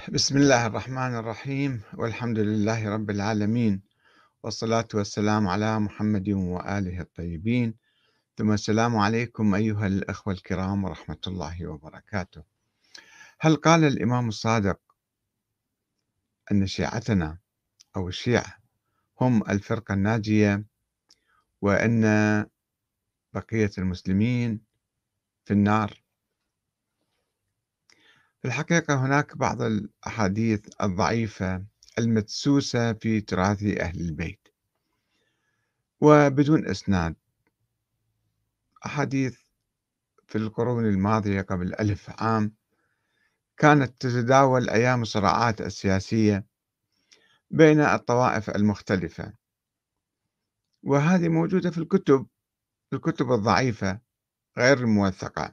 بسم الله الرحمن الرحيم والحمد لله رب العالمين والصلاة والسلام على محمد وآله الطيبين ثم السلام عليكم أيها الأخوة الكرام ورحمة الله وبركاته. هل قال الإمام الصادق أن شيعتنا أو الشيعة هم الفرقة الناجية وأن بقية المسلمين في النار؟ في الحقيقة هناك بعض الأحاديث الضعيفة المدسوسة في تراث أهل البيت وبدون إسناد، أحاديث في القرون الماضية قبل 1000 عام كانت تتداول أيام الصراعات السياسية بين الطوائف المختلفة، وهذه موجودة في الكتب الضعيفة غير الموثقة.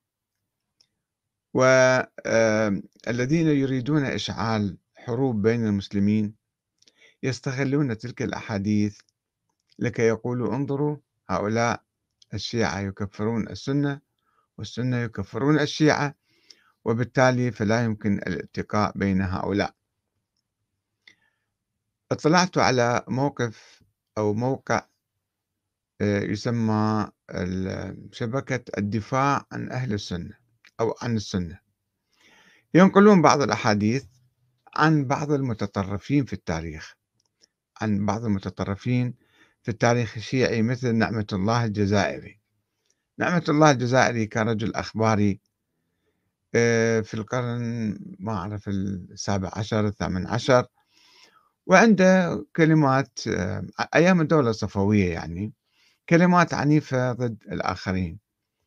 والذين يريدون إشعال حروب بين المسلمين يستغلون تلك الأحاديث لكي يقولوا انظروا، هؤلاء الشيعة يكفرون السنة والسنة يكفرون الشيعة، وبالتالي فلا يمكن الاتقاء بين هؤلاء. اطلعت على موقف أو موقع يسمى شبكة الدفاع عن أهل السنة أو عن السنة، ينقلون بعض الأحاديث عن بعض المتطرفين في التاريخ، عن بعض المتطرفين في التاريخ الشيعي مثل نعمة الله الجزائري. نعمة الله الجزائري كان رجل أخباري في القرن ما أعرف 17 18، وعنده كلمات أيام الدولة الصفوية، يعني كلمات عنيفة ضد الآخرين،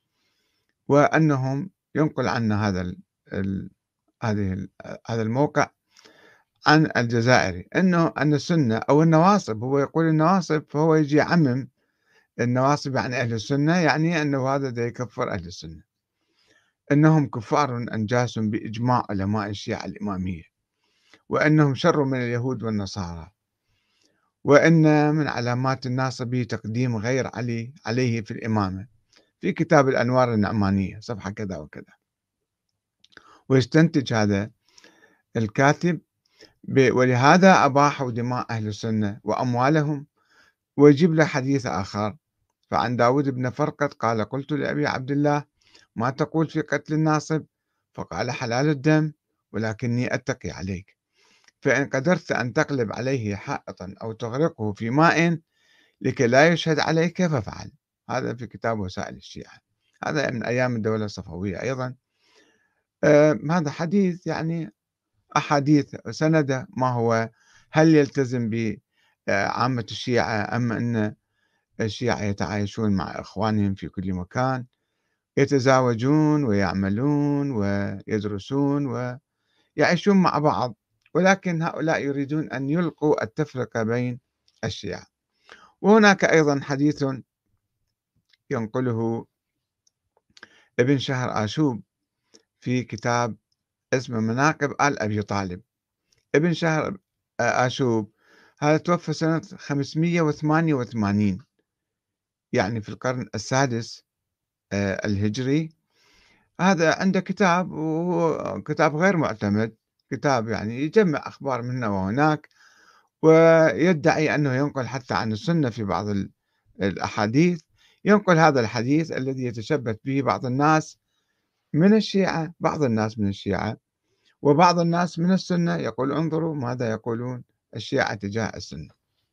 وأنهم ينقل عنا ال هذه هذا الموقع عن الجزائري أن السنة أو النواصب، هو يقول النواصب، فهو يجي يعمم النواصب عن أهل السنة، يعني أنه هذا دا يكفر أهل السنة، أنهم كفار أنجاس بإجماع علماء الشيعة الإمامية، وأنهم شر من اليهود والنصارى، وأن من علامات الناصبي تقديم غير علي عليه في الإمامة، في كتاب الأنوار النعمانية صفحة كذا وكذا. ويستنتج هذا الكاتب ولهذا أباحوا دماء أهل السنة وأموالهم، ويجيب له حديث آخر. فعن داود بن فرقد قال قلت لأبي عبد الله ما تقول في قتل الناصب؟ فقال حلال الدم، ولكني أتقي عليك، فإن قدرت أن تقلب عليه حائطا أو تغرقه في ماء لكي لا يشهد عليك فافعل. هذا في كتاب وسائل الشيعة، هذا من أيام الدولة الصفوية أيضا. هذا حديث، يعني أحاديث سندة ما هو، هل يلتزم بعامة الشيعة أم أن الشيعة يتعايشون مع إخوانهم في كل مكان، يتزاوجون ويعملون ويدرسون ويعيشون مع بعض، ولكن هؤلاء يريدون أن يلقوا التفرقة بين الشيعة. وهناك أيضا حديث ينقله ابن شهر آشوب في كتاب اسمه مناقب آل أبي طالب. ابن شهر آشوب هذا توفى سنة 588، يعني في القرن السادس الهجري. هذا عنده كتاب، وهو كتاب غير معتمد، كتاب يعني يجمع أخبار من هنا وهناك، ويدعي أنه ينقل حتى عن السنة في بعض الأحاديث. ينقل هذا الحديث الذي يتشبث به بعض الناس من الشيعة، بعض الناس من الشيعة وبعض الناس من السنة، يقول انظروا ماذا يقولون الشيعة تجاه السنة.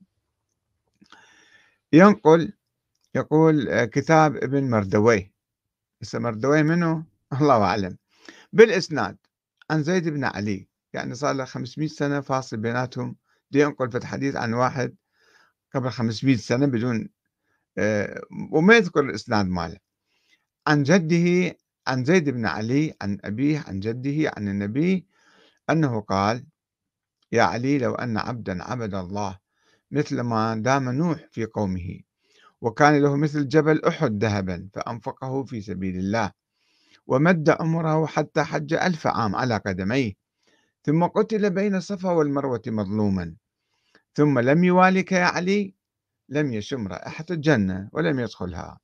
يقول كتاب ابن مردويه، بس مردويه منه الله أعلم، بالإسناد عن زيد بن علي، يعني صار له 500 سنة فاصل بيناتهم، دي ينقل في الحديث عن واحد قبل 500 سنة بدون وما يذكر الإسناد ماله، عن جده، عن زيد بن علي عن أبيه عن جده عن النبي أنه قال يا علي لو أن عبدا عبد الله مثل ما دام نوح في قومه، وكان له مثل جبل أحد ذهبا فأنفقه في سبيل الله، ومد عمره حتى حج 1000 عام على قدميه، ثم قتل بين الصفا والمروة مظلوما، ثم لم يوالك يا علي، لم يشم رائحة الجنة ولم يدخلها.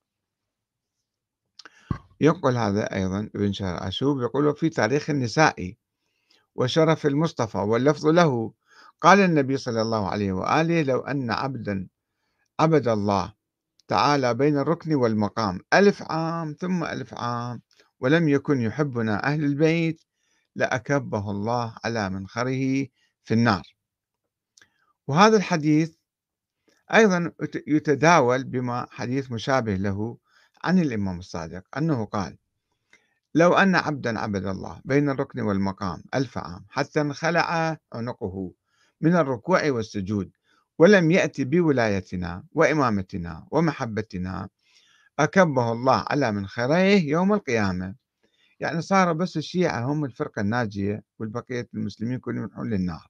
ينقل هذا أيضا ابن شهر آشوب، يقول في تاريخ النسائي وشرف المصطفى واللفظ له. قال النبي صلى الله عليه وآله: لو أن عبدا عبد الله تعالى بين الركن والمقام 1000 عام ثم 1000 عام ولم يكن يحبنا أهل البيت لأكبه الله على منخره في النار. وهذا الحديث أيضا يتداول بما حديث مشابه له عن الإمام الصادق أنه قال: لو أن عبدا عبد الله بين الركن والمقام 1000 عام حتى انخلع عنقه من الركوع والسجود ولم يأتي بولايتنا وإمامتنا ومحبتنا أكبه الله على منخريه يوم القيامة. يعني صار بس الشيعة هم الفرقة الناجية والبقية المسلمين كلهم يروحون للنار.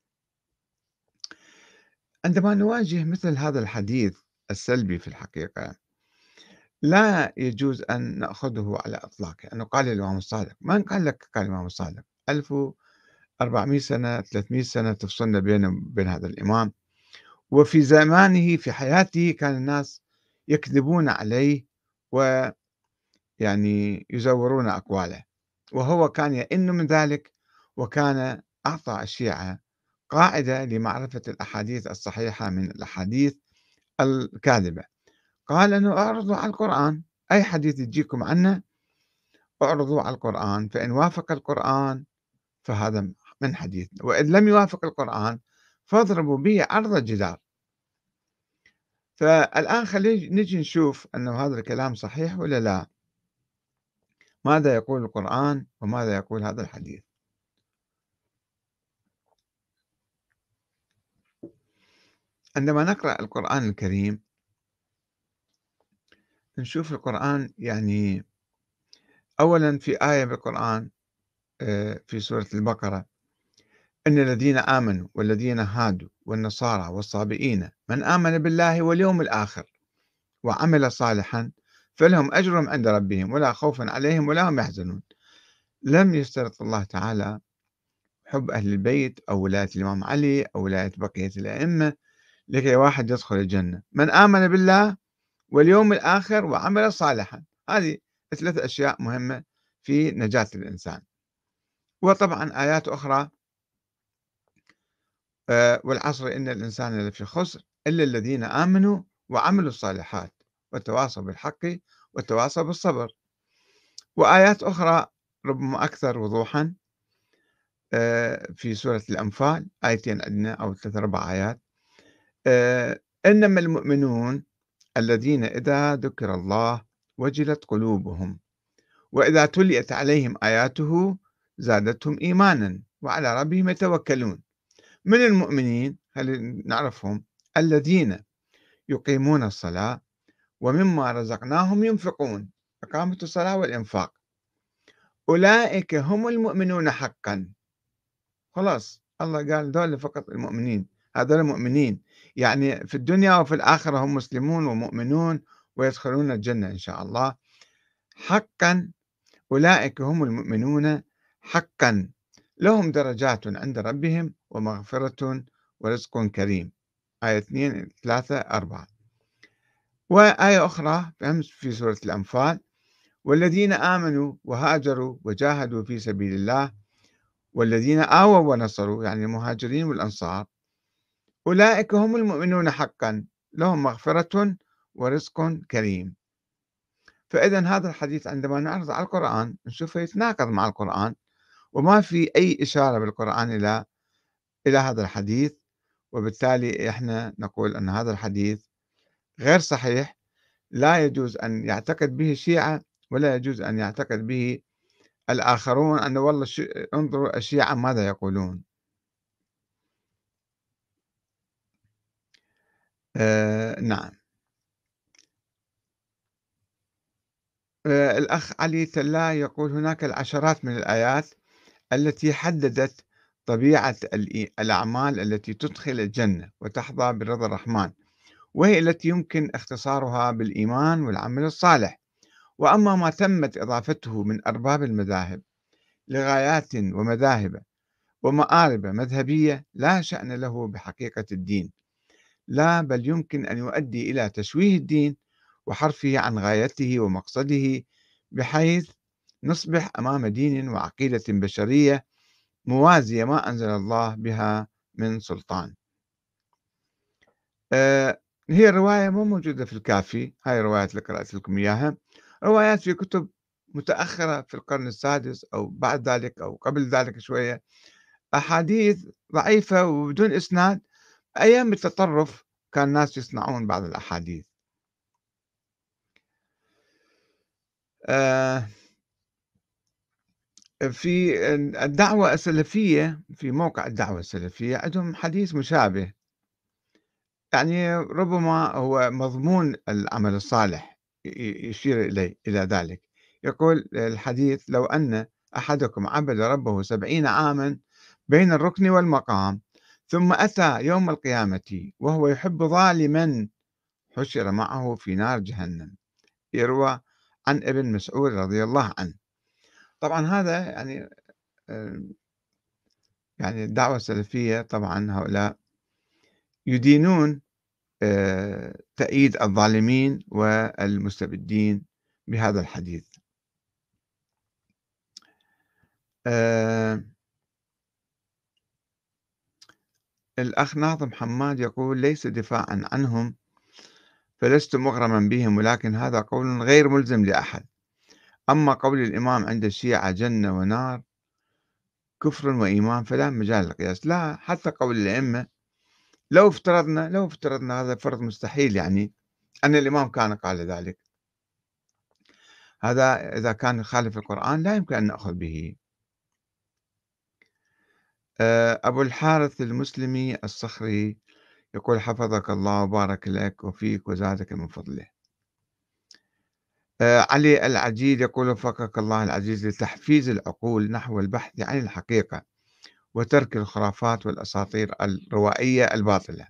عندما نواجه مثل هذا الحديث السلبي في الحقيقة لا يجوز أن نأخذه على إطلاقه أنه قال الإمام الصادق. من قال لك قال الإمام الصادق؟ 1400 سنة 300 سنة تفصلنا بينه وبين هذا الإمام، وفي زمانه في حياته كان الناس يكذبون عليه ويعني يزورون أقواله، وهو كان يئن من ذلك، وكان أعطى الشيعة قاعدة لمعرفة الأحاديث الصحيحة من الأحاديث الكاذبة. قال أنه أعرضوا على القرآن، أي حديث يجيكم عنه اعرضوا على القرآن، فإن وافق القرآن فهذا من حديثنا، وإن لم يوافق القرآن فاضربوا به عرض الجدار. فالآن خلينا نجي نشوف أنه هذا الكلام صحيح ولا لا. ماذا يقول القرآن وماذا يقول هذا الحديث؟ عندما نقرأ القرآن الكريم نشوف القرآن، يعني أولا في آية بالقرآن في سورة البقرة: إن الذين آمنوا والذين هادوا والنصارى والصابئين من آمن بالله واليوم الآخر وعمل صالحا فلهم أجرهم عند ربهم ولا خوف عليهم ولا هم يحزنون. لم يشترط الله تعالى حب أهل البيت أو ولاية الإمام علي أو ولاية بقية الأئمة لكي واحد يدخل الجنة. من آمن بالله واليوم الآخر وعمل صالحا، هذه 3 أشياء مهمة في نجاة الإنسان. وطبعا آيات أخرى: والعصر إن الإنسان لفي خسر إلا الذين آمنوا وعملوا الصالحات وتواصوا بالحق وتواصوا بالصبر. وآيات أخرى ربما أكثر وضوحا في سورة الأنفال آيتين عندنا أو 3 4 آيات: إنما المؤمنون الذين إذا ذكر الله وجلت قلوبهم وإذا تليت عليهم آياته زادتهم إيمانا وعلى ربهم يتوكلون. من المؤمنين خلينا نعرفهم: الذين يقيمون الصلاة ومما رزقناهم ينفقون، إقامة الصلاة والإنفاق، أولئك هم المؤمنون حقا. خلاص الله قال دول فقط المؤمنين، هذول المؤمنين يعني في الدنيا وفي الآخرة هم مسلمون ومؤمنون ويدخلون الجنة إن شاء الله حقا. أولئك هم المؤمنون حقا لهم درجات عند ربهم ومغفرة ورزق كريم. آية 2 3 4. وآية أخرى في سورة الأنفال: والذين آمنوا وهاجروا وجاهدوا في سبيل الله والذين آووا ونصروا، يعني المهاجرين والأنصار، أولئك هم المؤمنون حقا لهم مغفرة ورزق كريم. فإذا هذا الحديث عندما نعرض على القرآن نشوفه يتناقض مع القرآن، وما في أي إشارة بالقرآن إلى هذا الحديث، وبالتالي إحنا نقول أن هذا الحديث غير صحيح، لا يجوز أن يعتقد به الشيعة ولا يجوز أن يعتقد به الآخرون. أن والله انظروا الشيعة ماذا يقولون. نعم. الأخ علي تلا يقول: هناك العشرات من الآيات التي حددت طبيعة الأعمال التي تدخل الجنة وتحظى برضا الرحمن، وهي التي يمكن اختصارها بالإيمان والعمل الصالح. وأما ما تمت إضافته من أرباب المذاهب لغايات ومذاهب ومآرب مذهبية لا شأن له بحقيقة الدين، لا بل يمكن أن يؤدي إلى تشويه الدين وحرفه عن غايته ومقصده، بحيث نصبح أمام دين وعقيدة بشرية موازية ما أنزل الله بها من سلطان. آآ هي الرواية مو موجودة في الكافي، هاي الروايات اللي قرأت لكم إياها، روايات في كتب متأخرة في القرن السادس أو بعد ذلك أو قبل ذلك شوية، أحاديث ضعيفة وبدون إسناد. أيام التطرف كان الناس يصنعون بعض الأحاديث. آآ في الدعوة السلفية، في موقع الدعوة السلفية عندهم حديث مشابه، يعني ربما هو مضمون العمل الصالح يشير إلى ذلك. يقول الحديث: لو أن أحدكم عبد ربه 70 عاما بين الركن والمقام، ثم أتى يوم القيامة وهو يحب ظالما، حشر معه في نار جهنم. يروى عن ابن مسعود رضي الله عنه. طبعا هذا آه، يعني الدعوة السلفية طبعا هؤلاء يدينون تأييد الظالمين والمستبدين بهذا الحديث. آآ الأخ ناظم حماد يقول: ليس دفاعًا عنهم، فلست مغرمًا بهم، ولكن هذا قول غير ملزم لأحد. أما قول الإمام عند الشيعة جنة ونار، كفر وإيمان، فلا مجال للقياس. لا، حتى قول الأئمة، لو افترضنا هذا فرض مستحيل، يعني أن الإمام كان قال ذلك، هذا إذا كان يخالف القرآن لا يمكن أن نأخذ به. أبو الحارث المسلمي الصخري يقول: حفظك الله وبارك لك وفيك وزادك من فضله. علي العجيز يقول: وفقك الله العزيز لتحفيز العقول نحو البحث عن الحقيقة وترك الخرافات والأساطير الروائية الباطلة.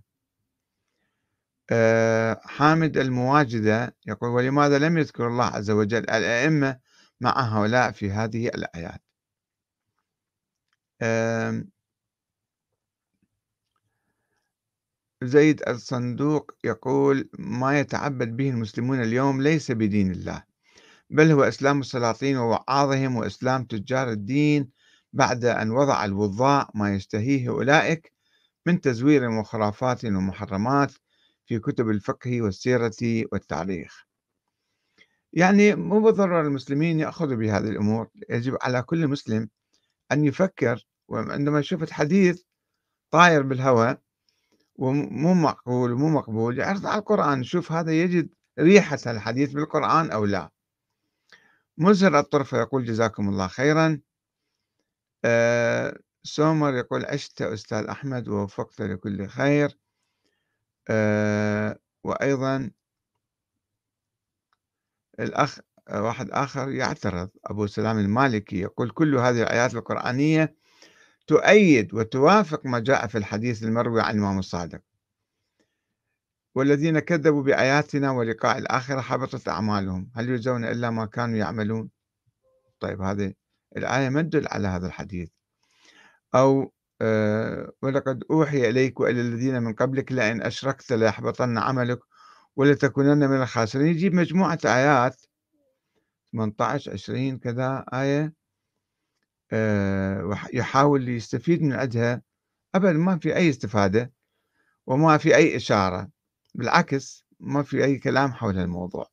حامد المواجدة يقول: ولماذا لم يذكر الله عز وجل الأئمة مع هؤلاء في هذه الآيات؟ آمم زيد الصندوق يقول: ما يتعبد به المسلمون اليوم ليس بدين الله، بل هو إسلام السلاطين ووعاظهم وإسلام تجار الدين، بعد أن وضع الوضاع ما يشتهيه أولئك من تزوير وخرافات ومحرمات في كتب الفقه والسيرة والتاريخ. يعني مو بالضرورة المسلمين يأخذوا بهذه الأمور، يجب على كل مسلم أن يفكر، وعندما يشوف الحديث طاير بالهواء ومو معقول ومو مقبول يعرض على القرآن، يشوف هذا يجد ريحة الحديث بالقرآن أو لا. مزهر الطرفة يقول: جزاكم الله خيرا. سومر يقول: عشت أستاذ أحمد ووفقت لكل خير. وأيضا الأخ واحد آخر يعترض، أبو سلام المالكي، يقول: كل هذه الآيات القرآنية تؤيد وتوافق ما جاء في الحديث المروي عن الإمام الصادق، والذين كذبوا بآياتنا ولقاء الآخرة حبطت أعمالهم، هل يجزون إلا ما كانوا يعملون؟ طيب، هذه الآية ما تدل على هذا الحديث. أو ولقد أوحي إليك وإلى الذين من قبلك لئن أشركت ليحبطن عملك ولتكونن من الخاسرين. يجيب مجموعة آيات 18 20 كذا آية، يحاول يستفيد من عندها. أبدا ما في أي استفادة وما في أي إشارة، بالعكس ما في أي كلام حول الموضوع.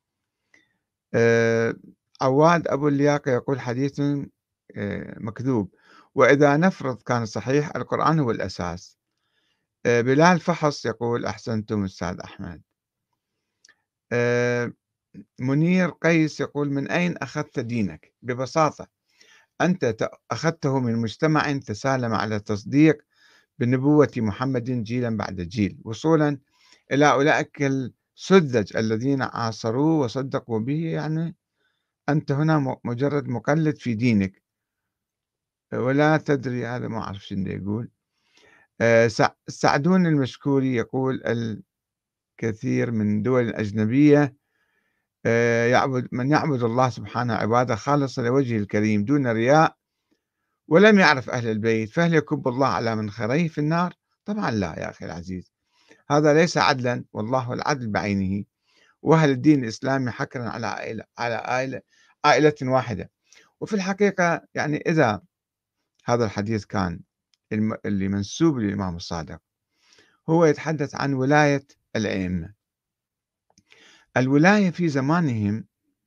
آآ عواد أبو اللياقة يقول: حديث مكذوب، وإذا نفرض كان صحيح القرآن هو الأساس. بلال فحص يقول: أحسنتم أستاذ أحمد. آآ منير قيس يقول: من أين أخذت دينك؟ ببساطة، أنت أخذته من مجتمع تسالم على التصديق بنبوة محمد جيلا بعد جيل، وصولا إلى أولئك السذج الذين عاصروه وصدقوا به. يعني أنت هنا مجرد مقلد في دينك ولا تدري. هذا ما أعرف شنو يقول. سعدون المشكوري يقول: الكثير من دول أجنبية من يعبد الله سبحانه عبادة خالصة لوجهه الكريم دون رياء ولم يعرف أهل البيت، فهل يكب الله على منخريه في النار؟ طبعا لا يا أخي العزيز، هذا ليس عدلا، والله العدل بعينه. وأهل الدين الإسلامي حكرا على عائلة واحدة. وفي الحقيقة يعني إذا هذا الحديث كان اللي منسوب للإمام الصادق، هو يتحدث عن ولاية الأئمة. الولاية في زمانهم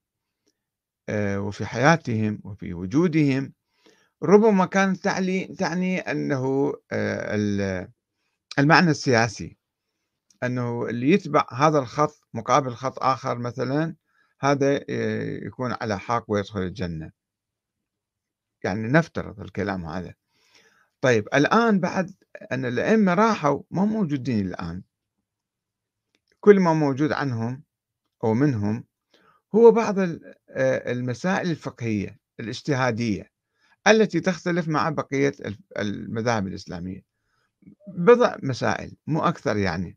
وفي حياتهم وفي وجودهم ربما كانت تعني أنه المعنى السياسي، أنه اللي يتبع هذا الخط مقابل خط آخر مثلا، هذا يكون على حق ويدخل الجنة. يعني نفترض الكلام هذا. طيب الآن بعد أن الأئمة راحوا ما موجودين الآن، كل ما موجود عنهم أو منهم هو بعض المسائل الفقهية الاجتهادية التي تختلف مع بقية المذاهب الإسلامية، بضع مسائل مو أكثر يعني.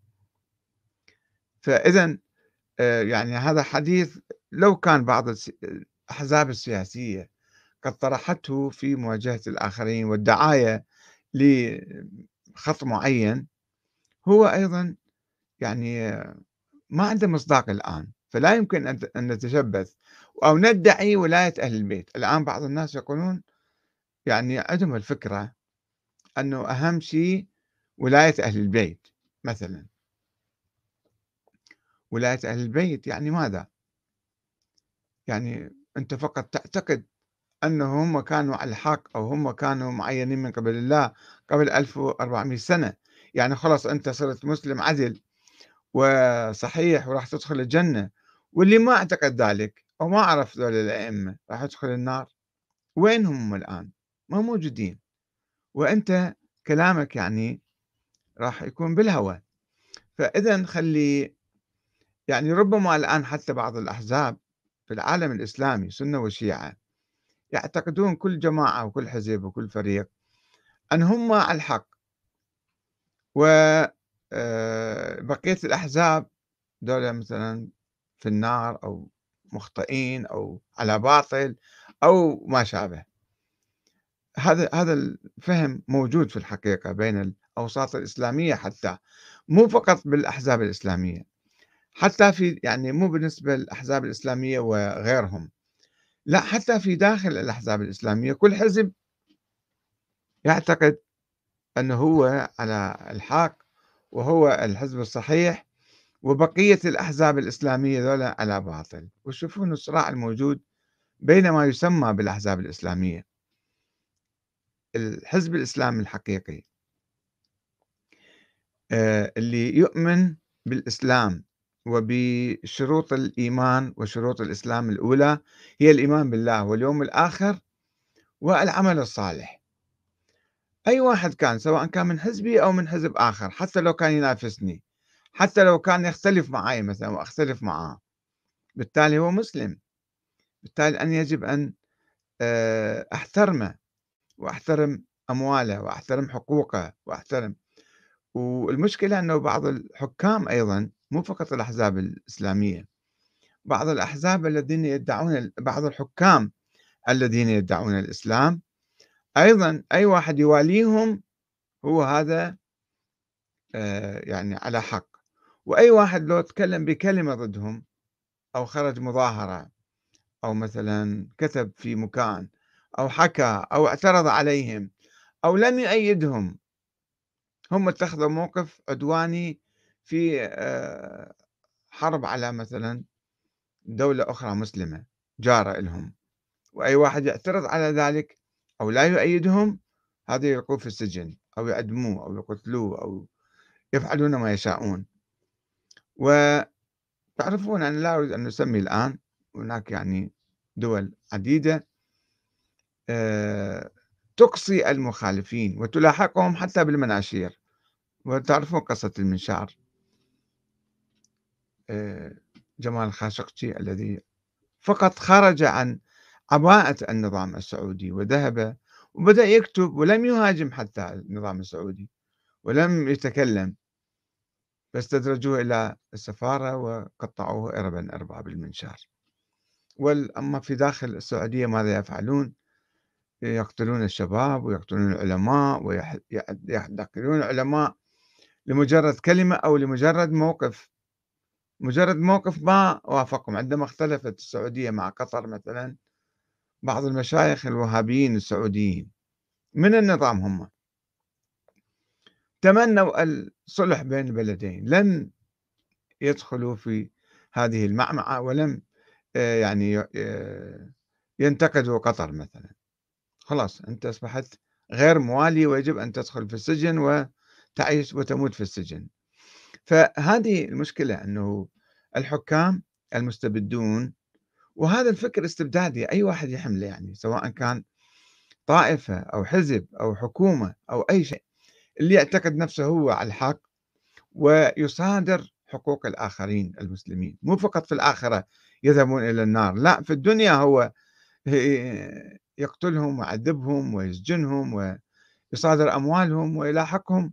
فإذا يعني هذا حديث لو كان بعض الأحزاب السياسية قد طرحته في مواجهة الآخرين والدعاية لخط معين، هو أيضا يعني ما عنده مصداق الآن، فلا يمكن أن نتشبث أو ندعي ولاية أهل البيت. الآن بعض الناس يقولون يعني عندهم الفكرة أنه أهم شيء ولاية أهل البيت مثلا. ولاية أهل البيت يعني ماذا؟ يعني أنت فقط تعتقد أنه هم كانوا على الحق أو هم كانوا معينين من قبل الله قبل 1400 سنة، يعني خلاص أنت صرت مسلم عدل وصحيح وراح تدخل الجنة، واللي ما اعتقد ذلك أو ما عرف ذول الأئمة راح يدخل النار. وين هم الآن؟ ما موجودين. وأنت كلامك يعني راح يكون بالهوى. فإذا خلي يعني ربما الآن حتى بعض الأحزاب في العالم الإسلامي سنة وشيعة يعتقدون كل جماعة وكل حزب وكل فريق أن هم على الحق، وبقية الأحزاب دول مثلا في النار أو مخطئين أو على باطل أو ما شابه. هذا الفهم موجود في الحقيقة بين الأوساط الإسلامية، حتى مو فقط بالأحزاب الإسلامية، حتى في يعني مو بالنسبة للأحزاب الإسلامية وغيرهم، لا حتى في داخل الأحزاب الإسلامية كل حزب يعتقد أنه هو على الحق وهو الحزب الصحيح، وبقية الأحزاب الإسلامية ذولا على باطل. وشوفون الصراع الموجود بين ما يسمى بالأحزاب الإسلامية. الحزب الإسلامي الحقيقي اللي يؤمن بالإسلام وبشروط الإيمان وشروط الإسلام الأولى هي الإيمان بالله واليوم الآخر والعمل الصالح. أي واحد كان سواء كان من حزبي أو من حزب آخر، حتى لو كان ينافسني، حتى لو كان يختلف معي مثلا وأختلف معه، بالتالي هو مسلم. بالتالي أن يجب أن أحترمه وأحترم أمواله وأحترم حقوقه وأحترم. والمشكلة أنه بعض الحكام أيضا مو فقط الأحزاب الإسلامية، بعض الأحزاب الذين يدعون بعض الحكام الذين يدعون الإسلام أيضا أي واحد يواليهم هو هذا يعني على حق. وأي واحد لو تكلم بكلمة ضدهم أو خرج مظاهرة أو مثلا كتب في مكان أو حكى أو اعترض عليهم أو لم يؤيدهم، هم اتخذوا موقف عدواني في حرب على مثلا دولة أخرى مسلمة جارة لهم، وأي واحد يعترض على ذلك أو لا يؤيدهم هذا يلقوه في السجن أو يعدموه أو يقتلوه أو يفعلون ما يشاءون. وتعرفون أنا لا أريد أن نسمي الآن، هناك يعني دول عديدة تقصي المخالفين وتلاحقهم حتى بالمناشير. وتعرفون قصة المنشار، آه، جمال خاشقجي الذي فقط خرج عن عباءة النظام السعودي وذهب وبدأ يكتب ولم يهاجم حتى النظام السعودي ولم يتكلم، فاستدرجوه إلى السفارة وقطعوه إربا إربا بالمنشار. أما في داخل السعودية ماذا يفعلون؟ يقتلون الشباب ويقتلون العلماء ويحتقرون العلماء لمجرد كلمة أو لمجرد موقف، مجرد موقف ما وافقهم. عندما اختلفت السعودية مع قطر مثلا، بعض المشايخ الوهابيين السعوديين من النظام هم تمنوا الصلح بين البلدين، لن يدخلوا في هذه المعمعة، ولم يعني ينتقدوا قطر مثلا. خلاص أنت أصبحت غير موالي ويجب أن تدخل في السجن وتعيش وتموت في السجن. فهذه المشكلة، أنه الحكام المستبدون، وهذا الفكر استبدادي أي واحد يحمله، يعني سواء كان طائفة أو حزب أو حكومة أو أي شيء، اللي يعتقد نفسه هو على الحق ويصادر حقوق الآخرين المسلمين، مو فقط في الآخرة يذهبون إلى النار، لا، في الدنيا هو يقتلهم ويعذبهم ويسجنهم ويصادر أموالهم ويلاحقهم،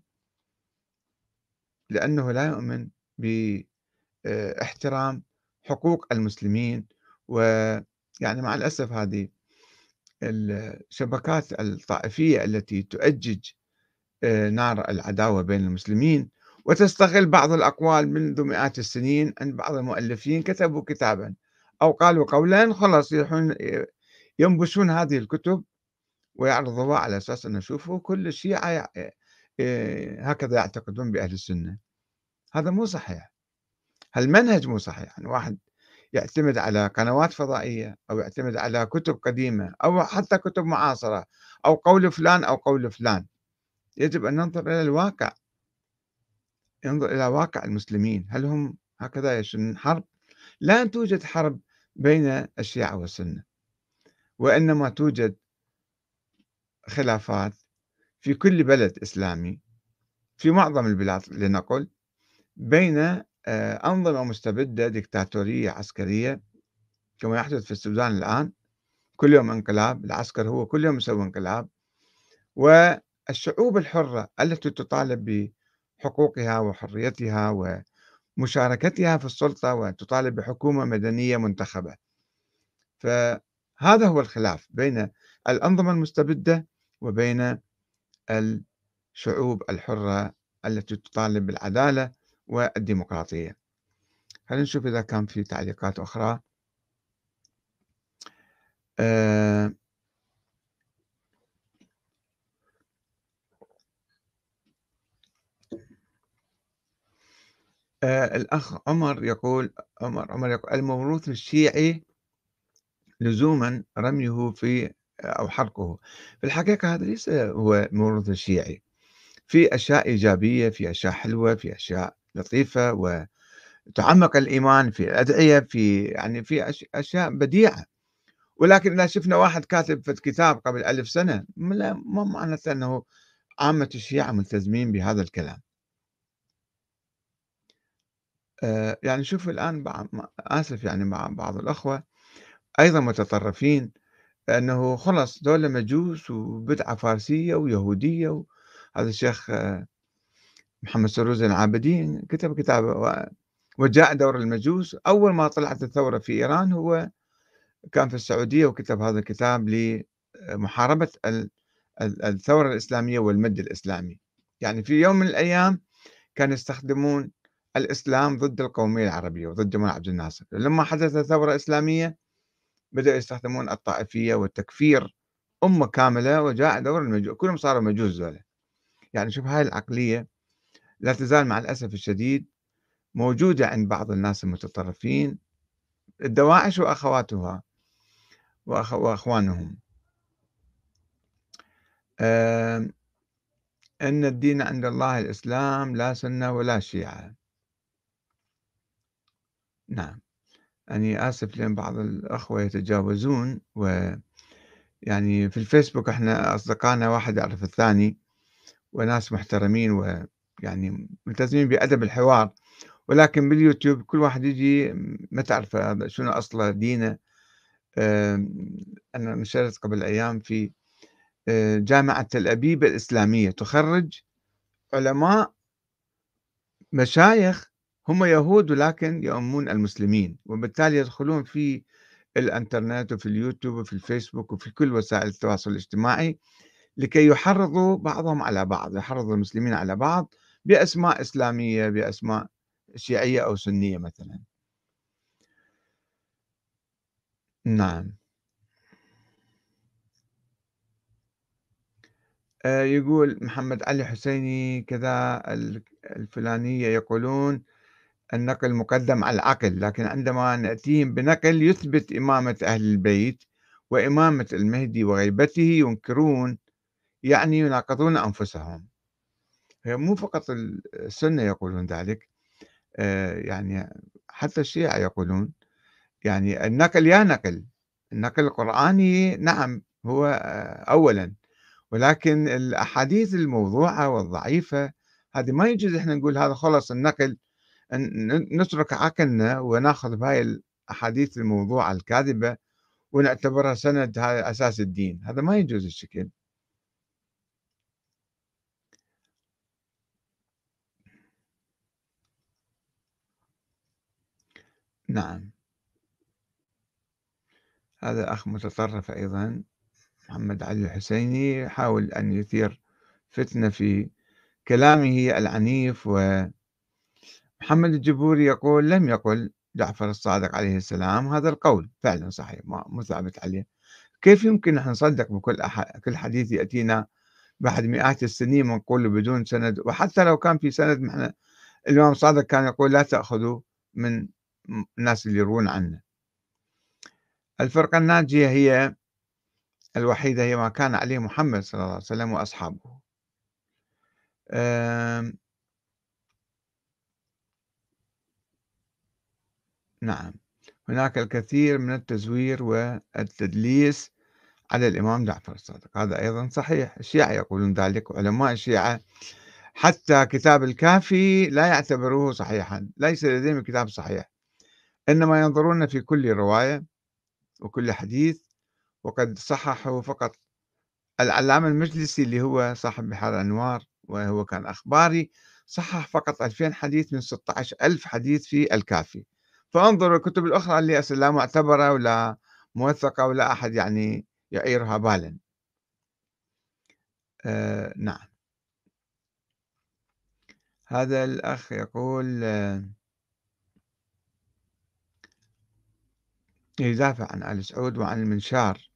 لأنه لا يؤمن باحترام حقوق المسلمين. ويعني مع الأسف هذه الشبكات الطائفية التي تؤجج نار العداوة بين المسلمين، وتستغل بعض الأقوال منذ مئات السنين عند بعض المؤلفين كتبوا كتابا أو قالوا قولا، خلاص يروحون ينبشون هذه الكتب ويعرضوها على أساس أن شوفوا كل الشيعة هكذا يعتقدون بأهل السنة. هذا مو صحيح، هالمنهج مو صحيح. يعني واحد يعتمد على قنوات فضائية أو يعتمد على كتب قديمة أو حتى كتب معاصرة أو قول فلان أو قول فلان. يجب أن ننظر إلى الواقع، ينظر إلى واقع المسلمين، هل هم هكذا يشنون حرب؟ لا توجد حرب بين الشيعة والسنة، وإنما توجد خلافات في كل بلد إسلامي، في معظم البلاد لنقل، بين أنظمة مستبدة ديكتاتورية عسكرية كما يحدث في السودان الآن، كل يوم انقلاب، العسكر هو كل يوم يسوي انقلاب، والشعوب الحرة التي تطالب بحقوقها وحريتها ومشاركتها في السلطة وتطالب بحكومة مدنية منتخبة. فهذا هو الخلاف بين الأنظمة المستبدة وبين الشعوب الحرة التي تطالب بالعدالة والديمقراطية. خلينا نشوف إذا كان في تعليقات أخرى. آه الأخ عمر يقول، عمر يقول الموروث الشيعي لزوما رميه في أو حرقه. في الحقيقة هذا ليس هو الموروث الشيعي، في أشياء إيجابية، في أشياء حلوة، في أشياء لطيفة وتعمق الإيمان، في الأدعية، في يعني في أشياء بديعة. ولكن إذا شفنا واحد كاتب في كتاب قبل 1000 سنة، ما معناته أنه عامة الشيعة ملتزمين بهذا الكلام. يعني شوف الآن آسف يعني مع بعض الأخوة أيضا متطرفين، أنه خلص دول مجوس وبدعة فارسية ويهودية. هذا الشيخ محمد سروز العابدين كتب كتاب وجاء دور المجوس. أول ما طلعت الثورة في إيران هو كان في السعودية وكتب هذا الكتاب لمحاربة الثورة الإسلامية والمد الإسلامي. يعني في يوم من الأيام كانوا يستخدمون الإسلام ضد القومية العربية وضد جمال عبد الناصر. لما حدثت ثورة إسلامية بدأوا يستخدمون الطائفية والتكفير أمة كاملة، وجاء دور المجوس كلهم صاروا مجوس ذولا. يعني شوف هاي العقلية لا تزال مع الأسف الشديد موجودة عند بعض الناس المتطرفين، الدواعش وأخواتها وأخوانهم. آه أن الدين عند الله الإسلام، لا سنة ولا شيعة. نعم. أني آسف لأن بعض الأخوة يتجاوزون، ويعني في الفيسبوك إحنا أصدقائنا واحد يعرف الثاني وناس محترمين ويعني ملتزمين بأدب الحوار، ولكن باليوتيوب كل واحد يجي ما تعرف هذا شنو أصله دينه. أنا نشرت قبل أيام في جامعة تل أبيب الإسلامية تخرج علماء مشايخ هم يهود ولكن يؤمنون المسلمين، وبالتالي يدخلون في الانترنت وفي اليوتيوب وفي الفيسبوك وفي كل وسائل التواصل الاجتماعي لكي يحرضوا بعضهم على بعض، يحرضوا المسلمين على بعض بأسماء إسلامية، بأسماء شيعية أو سنية مثلا. نعم. يقول محمد علي حسيني كذا الفلانية يقولون النقل مقدم على العقل، لكن عندما نأتيهم بنقل يثبت إمامة أهل البيت وإمامة المهدي وغيبته ينكرون، يعني يناقضون أنفسهم. هي مو فقط السنة يقولون ذلك، يعني حتى الشيعة يقولون، يعني النقل يا نقل، النقل القرآني نعم هو أولًا، ولكن الأحاديث الموضوعة والضعيفة هذه ما يجوز إحنا نقول هذا خلص النقل نترك عقلنا وناخذ بهاي الأحاديث الموضوعة الكاذبة ونعتبرها سند هاي أساس الدين، هذا ما يجوز الشكل. نعم، هذا أخ متطرف أيضًا محمد علي الحسيني يحاول أن يثير فتنة في كلامه العنيف. ومحمد الجبوري يقول: لم يقل جعفر الصادق عليه السلام هذا القول، فعلًا صحيح مو ثابت عليه. كيف يمكن نحن نصدق بكل كل حديث يأتينا بعد مئات السنين ونقوله بدون سند؟ وحتى لو كان في سند نحن الإمام الصادق كان يقول لا تأخذوا من الناس اللي يروون عنه. الفرقة الناجية هي الوحيدة هي ما كان عليه محمد صلى الله عليه وسلم وأصحابه. آمم، نعم، هناك الكثير من التزوير والتدليس على الإمام جعفر الصادق، هذا أيضًا صحيح، الشيعة يقولون ذلك، وعلماء الشيعة حتى كتاب الكافي لا يعتبروه صحيحًا، ليس لديهم كتاب صحيح، إنما ينظرون في كل رواية وكل حديث، وقد صححوا فقط العلامة المجلسي اللي هو صاحب بحار الأنوار وهو كان أخباري، صحح فقط 2000 حديث من 16,000 حديث في الكافي. فانظروا الكتب الأخرى اللي أصلا لا معتبرة ولا موثقة ولا أحد يعني يعيرها بالا. نعم. هذا الأخ يقول يدافع عن آل سعود وعن المنشار.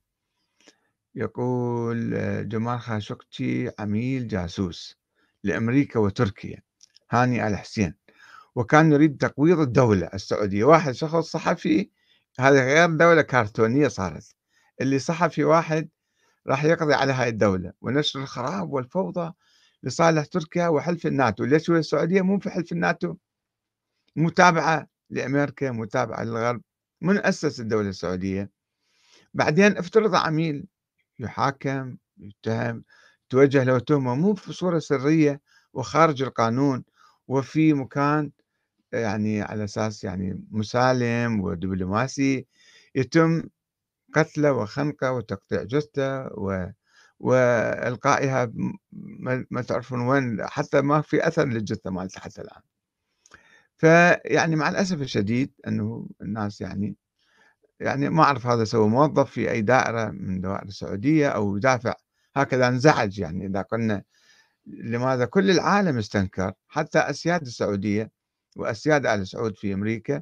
يقول جمال خاشقجي عميل جاسوس لأمريكا وتركيا، هاني آل حسين، وكان يريد تقويض الدولة السعودية. واحد شخص صحفي، هذه غير دولة كرتونية صارت، اللي صحفي واحد راح يقضي على هاي الدولة ونشر الخراب والفوضى لصالح تركيا وحلف الناتو. ليش هو السعودية مو في حلف الناتو؟ متابعة لأمريكا، متابعة للغرب. من أسس الدولة السعودية؟ بعدين افترض عميل يحاكم، يتهم، توجه له تهمة مو في صورة سرية وخارج القانون وفي مكان يعني على أساس يعني مسالم ودبلوماسي، يتم قتله وخنقه وتقطيع جثته وإلقائها ما تعرفون وين، حتى ما في أثر للجثة مالته حتى الآن. فيعني مع الأسف الشديد أنه الناس يعني ما أعرف هذا سوى موظف في أي دائرة من دوائر السعودية أو يدافع، هكذا انزعج. يعني إذا قلنا لماذا كل العالم استنكر، حتى أسياد السعودية وأسياد آل سعود في أمريكا،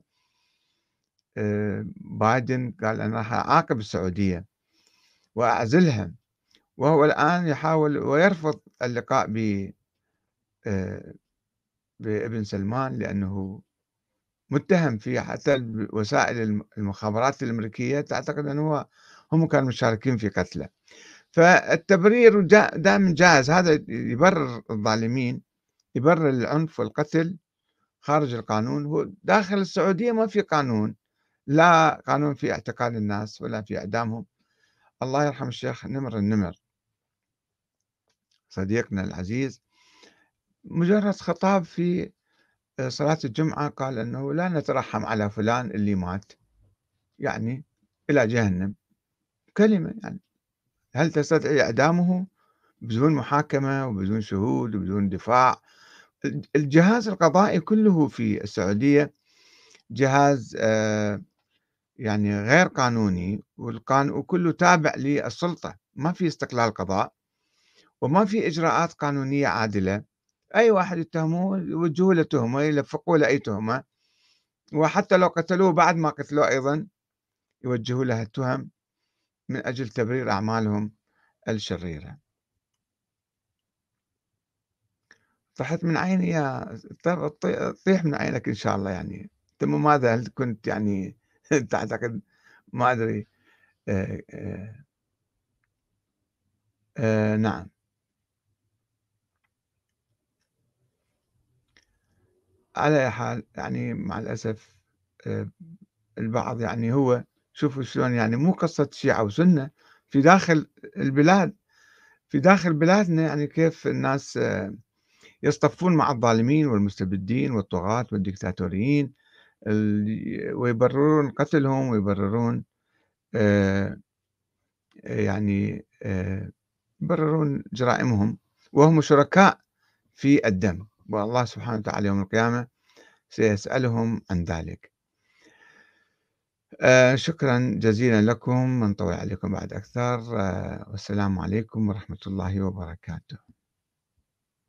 بايدن قال أنا راح أعاقب السعودية وأعزلها، وهو الآن يحاول ويرفض اللقاء آآ بابن سلمان لأنه متهم فيه. حتى وسائل المخابرات الأمريكية تعتقد أنه هم كانوا مشاركين في قتله. فالتبرير دائمًا جاهز، هذا يبرر الظالمين، يبرر العنف والقتل خارج القانون. هو داخل السعودية ما في قانون، لا قانون في اعتقال الناس ولا في إعدامهم. الله يرحم الشيخ نمر النمر صديقنا العزيز، مجرد خطاب في صلاة الجمعة قال أنه لا نترحم على فلان اللي مات، يعني إلى جهنم. كلمة يعني، هل تستدعي إعدامه بدون محاكمة وبدون شهود وبدون دفاع؟ الجهاز القضائي كله في السعودية جهاز يعني غير قانوني، وكله تابع للسلطة، ما في استقلال قضاء وما في إجراءات قانونية عادلة. أي واحد يتهموه يوجهوا له تهمة، يلفقوا له أي تهمة، وحتى لو قتلوه بعد ما قتلوه أيضا يوجهوا له التهم من أجل تبرير أعمالهم الشريرة. طاحت من عيني يا تطيح من عينك إن شاء الله يعني. ثم ماذا، هل كنت يعني تعتقد، ما أدري. آآ نعم. على أي حال يعني مع الأسف آآ البعض يعني هو، شوفوا شلون يعني مو قصة شيعة وسنة، في داخل البلاد، في داخل بلادنا يعني كيف الناس يصطفون مع الظالمين والمستبدين والطغاة والديكتاتوريين ويبررون قتلهم، ويبررون آآ يعني يبررون جرائمهم، وهم شركاء في الدم، والله سبحانه وتعالى يوم القيامة سيسألهم عن ذلك. شكرًا جزيلًا لكم، ما نطوّل عليكم بعد أكثر، والسلام عليكم ورحمة الله وبركاته.